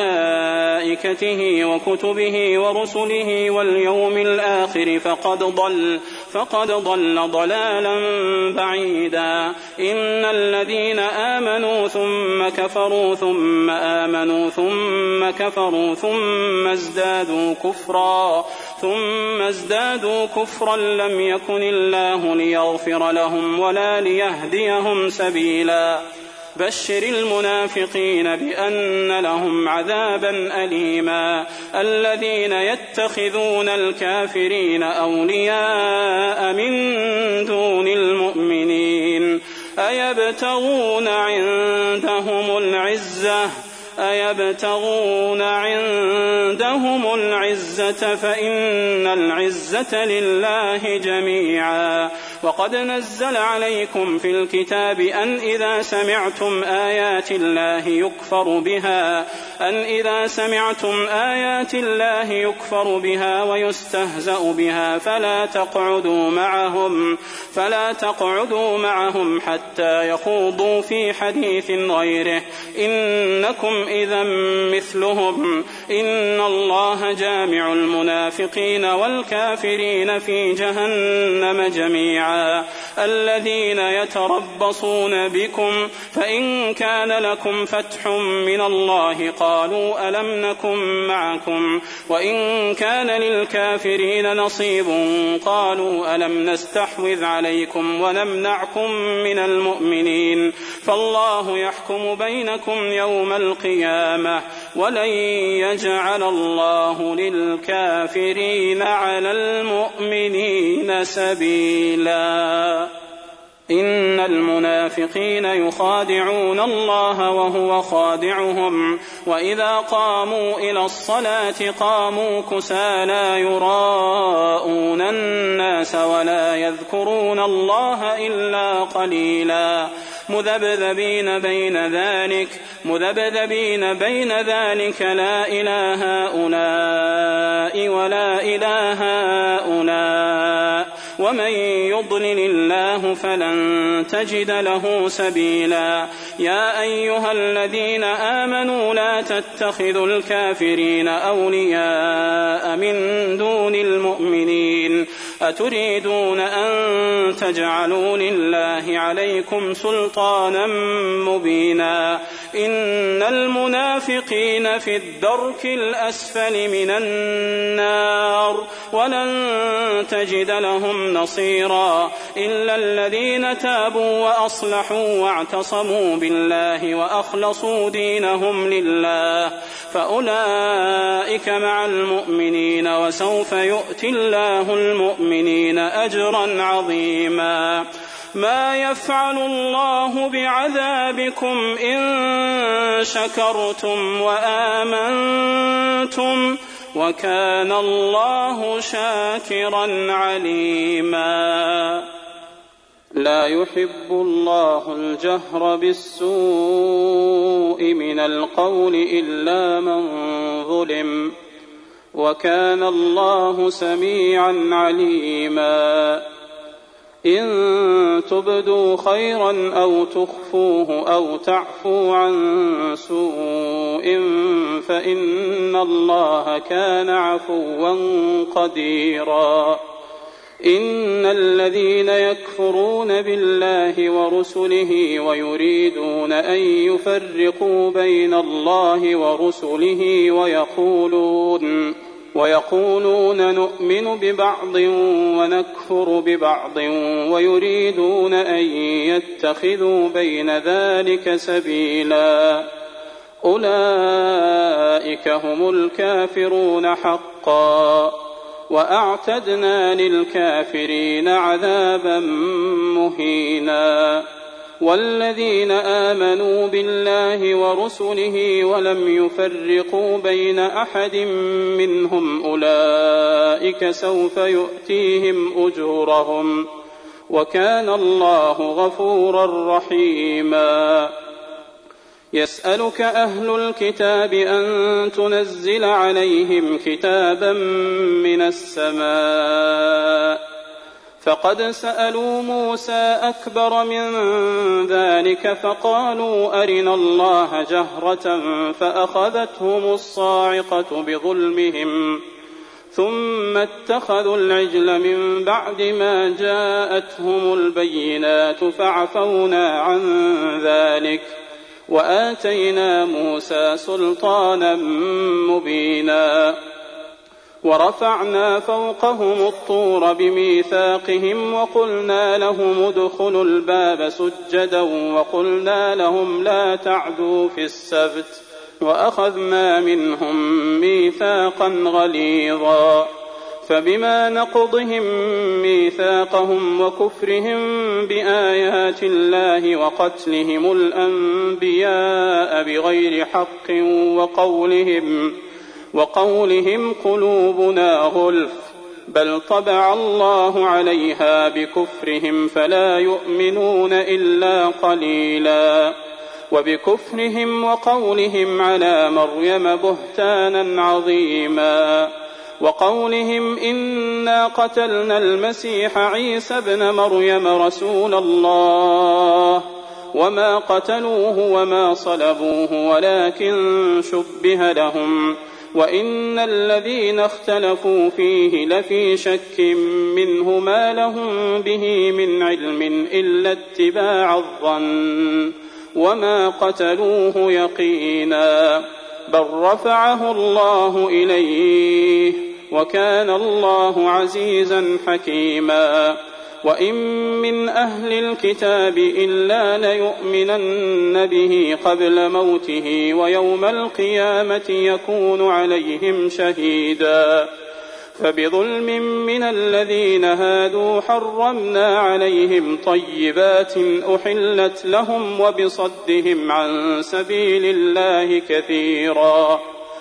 C: وملائكته وكتبه ورسله واليوم الآخر فقد ضل فقد ضل ضلالا بعيدا إن الذين آمنوا ثم كفروا ثم آمنوا ثم كفروا ثم ازدادوا كفرا ثم ازدادوا كفرا لم يكن الله ليغفر لهم ولا ليهديهم سبيلا بشر المنافقين بأن لهم عذابا أليما الذين يتخذون الكافرين أولياء من دون المؤمنين أيبتغون عندهم العزة أيبتغون عندهم العزة فإن العزة لله جميعا وقد نزل عليكم في الكتاب أن إذا سمعتم آيات الله يكفر بها أن إذا سمعتم آيات الله يكفر بها ويستهزأ بها فلا تقعدوا معهم فلا تقعدوا معهم حتى يخوضوا في حديث غيره إنكم إذا مثلهم إن الله جامع المنافقين والكافرين في جهنم جميعا الذين يتربصون بكم فإن كان لكم فتح من الله قالوا ألم نكن معكم وإن كان للكافرين نصيب قالوا ألم نستحوذ عليكم ونمنعكم من المؤمنين فالله يحكم بينكم يوم القيامة ولن يجعل الله للكافرين على المؤمنين سبيلا إن المنافقين يخادعون الله وهو خادعهم وإذا قاموا إلى الصلاة قاموا كسالى يراءون الناس ولا يذكرون الله إلا قليلا مذبذبين بين ذلك مذبذبين بين ذلك لا إله هؤلاء ولا إله هؤلاء ومن يضلل الله فلن تجد له سبيلا يا أيها الذين آمنوا لا تتخذوا الكافرين أولياء من دون المؤمنين أتريدون أن تجعلوا لله عليكم سلطانا مبينا إن المنافقين في الدرك الأسفل من النار ولن تجد لهم نصيرا إلا الذين تابوا وأصلحوا واعتصموا بالله وأخلصوا دينهم لله فأولئك مع المؤمنين وسوف يؤتي الله المؤمنين أجرا عظيما ما يفعل الله بعذابكم إن شكرتم وآمنتم وكان الله شاكرا عليما لا يحب الله الجهر بالسوء من القول إلا من ظلم وكان الله سميعا عليما إن تبدوا خيرا أو تخفوه أو تعفوا عن سوء فإن الله كان عفوا قديرا
B: إن الذين يكفرون بالله ورسله ويريدون أن يفرقوا بين الله ورسله ويقولون ويقولون نؤمن ببعض ونكفر ببعض ويريدون أن يتخذوا بين ذلك سبيلا أولئك هم الكافرون حقا وأعتدنا للكافرين عذابا مهينا والذين آمنوا بالله ورسله ولم يفرقوا بين أحد منهم أولئك سوف يؤتيهم أجورهم وكان الله غفورا رحيما يسألك أهل الكتاب أن تنزل عليهم كتابا من السماء فقد سألوا موسى أكبر من ذلك فقالوا أرنا الله جهرة فأخذتهم الصاعقة بظلمهم ثم اتخذوا العجل من بعد ما جاءتهم البينات فعفونا عن ذلك وآتينا موسى سلطانا مبينا ورفعنا فوقهم الطور بميثاقهم وقلنا لهم ادخلوا الباب سجدا وقلنا لهم لا تعدوا في السبت وأخذنا منهم ميثاقا غليظا فبما نقضهم ميثاقهم وكفرهم بآيات الله وقتلهم الأنبياء بغير حق وقولهم وقولهم قلوبنا غلف بل طبع الله عليها بكفرهم فلا يؤمنون إلا قليلا وبكفرهم وقولهم على مريم بهتانا عظيما وقولهم إنا قتلنا المسيح عيسى ابن مريم رسول الله وما قتلوه وما صلبوه ولكن شبه لهم وإن الذين اختلفوا فيه لفي شك منه ما لهم به من علم إلا اتباع الظن وما قتلوه يقينا بل رفعه الله إليه وكان الله عزيزا حكيما وإن من أهل الكتاب إلا ليؤمنن به قبل موته ويوم القيامة يكون عليهم شهيدا فبظلم من الذين هادوا حرمنا عليهم طيبات أحلت لهم وبصدهم عن سبيل الله كثيرا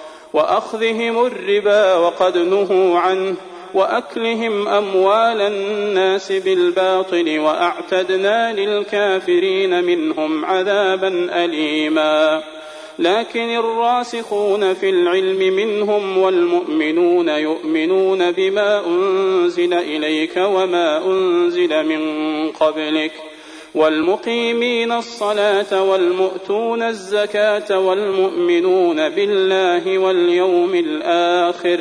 B: وأخذهم الربا وقد نهوا عنه وأكلهم أموال الناس بالباطل وأعتدنا للكافرين منهم عذابا أليما لكن الراسخون في العلم منهم والمؤمنون يؤمنون بما أنزل إليك وما أنزل من قبلك والمقيمين الصلاة والمؤتون الزكاة والمؤمنون بالله واليوم الآخر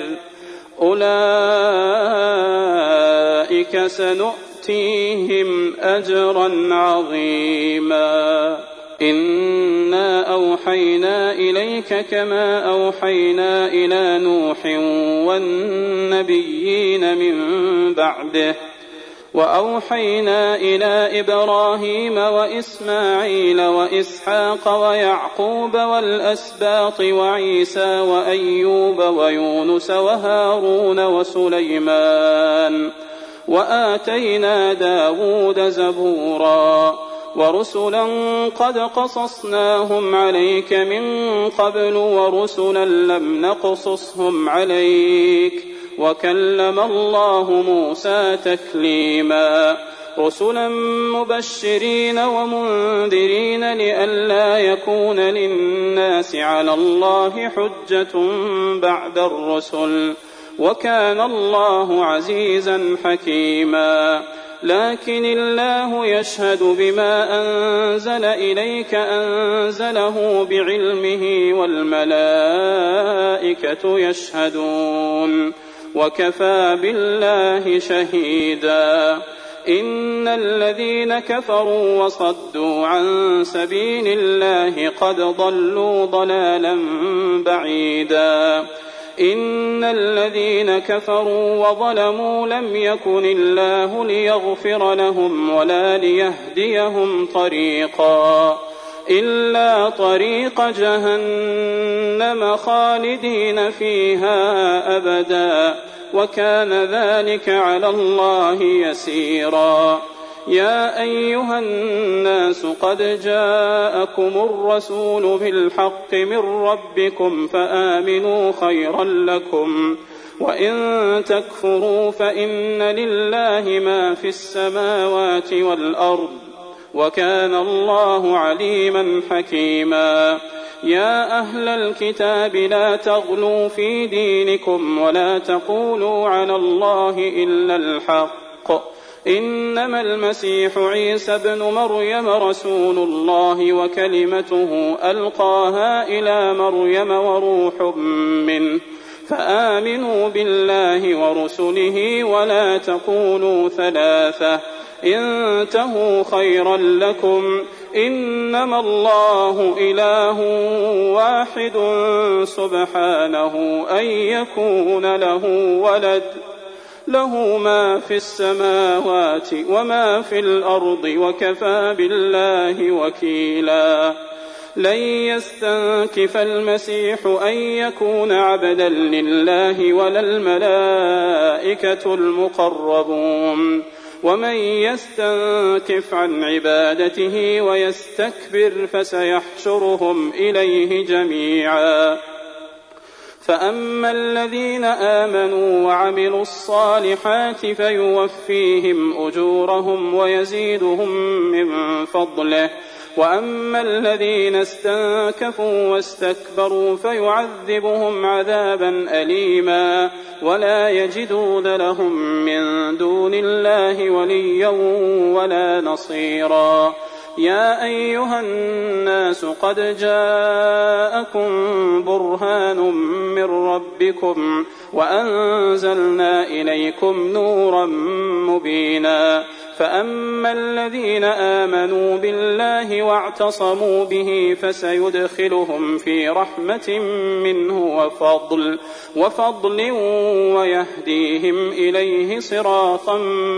B: أولئك سنؤتيهم أجرا عظيما إنا أوحينا إليك كما أوحينا إلى نوح والنبيين من بعده وأوحينا إلى إبراهيم وإسماعيل وإسحاق ويعقوب والأسباط وعيسى وأيوب ويونس وهارون وسليمان وآتينا داود زبورا ورسلا قد قصصناهم عليك من قبل ورسلا لم نقصصهم عليك وكلم الله موسى تكليما رسلا مبشرين ومنذرين لئلا يكون للناس على الله حجة بعد الرسل وكان الله عزيزا حكيما لكن الله يشهد بما أنزل إليك أنزله بعلمه والملائكة يشهدون وكفى بالله شهيدا. إن الذين كفروا وصدوا عن سبيل الله قد ضلوا ضلالا بعيدا. إن الذين كفروا وظلموا لم يكن الله ليغفر لهم ولا ليهديهم طريقا إلا طريق جهنم خالدين فيها أبدا وكان ذلك على الله يسيرا. يا أيها الناس قد جاءكم الرسول بالحق من ربكم فآمنوا خيرا لكم وإن تكفروا فإن لله ما في السماوات والأرض وكان الله عليما حكيما. يا أهل الكتاب لا تغلوا في دينكم ولا تقولوا على الله إلا الحق إنما المسيح عيسى ابن مريم رسول الله وكلمته ألقاها إلى مريم وروح منه فآمنوا بالله ورسله ولا تقولوا ثلاثة انتهوا خيرا لكم إنما الله إله واحد سبحانه أن يكون له ولد له ما في السماوات وما في الأرض وكفى بالله وكيلا. لن يستنكف المسيح أن يكون عبدا لله ولا الملائكة المقربون ومن يستنكف عن عبادته ويستكبر فسيحشرهم إليه جميعا. فأما الذين آمنوا وعملوا الصالحات فيوفيهم أجورهم ويزيدهم من فضله وأما الذين استنكفوا واستكبروا فيعذبهم عذابا أليما ولا يجدون لهم من دون الله وليا ولا نصيرا. يا أيها الناس قد جاءكم برهان من ربكم وأنزلنا إليكم نورا مبينا. فأما الذين آمنوا بالله واعتصموا به فسيدخلهم في رحمة منه وفضل, وفضل ويهديهم إليه صراطا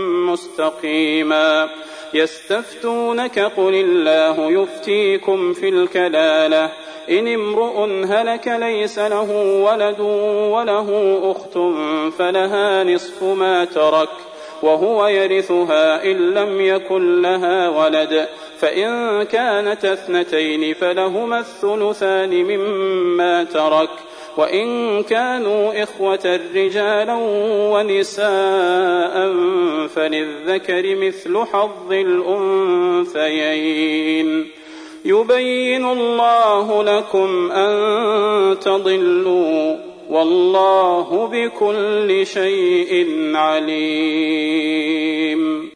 B: مستقيما. يستفتونك قل الله يفتيكم في الكلالة إن امرؤ هلك ليس له ولد وله أخت فلها نصف ما ترك وهو يرثها إن لم يكن لها ولد فإن كانت اثنتين فلهما الثلثان مما ترك وإن كانوا إخوة رجالا ونساء فللذكر مثل حظ الأنثيين. يبين الله لكم أن تضلوا والله بكل شيء عليم.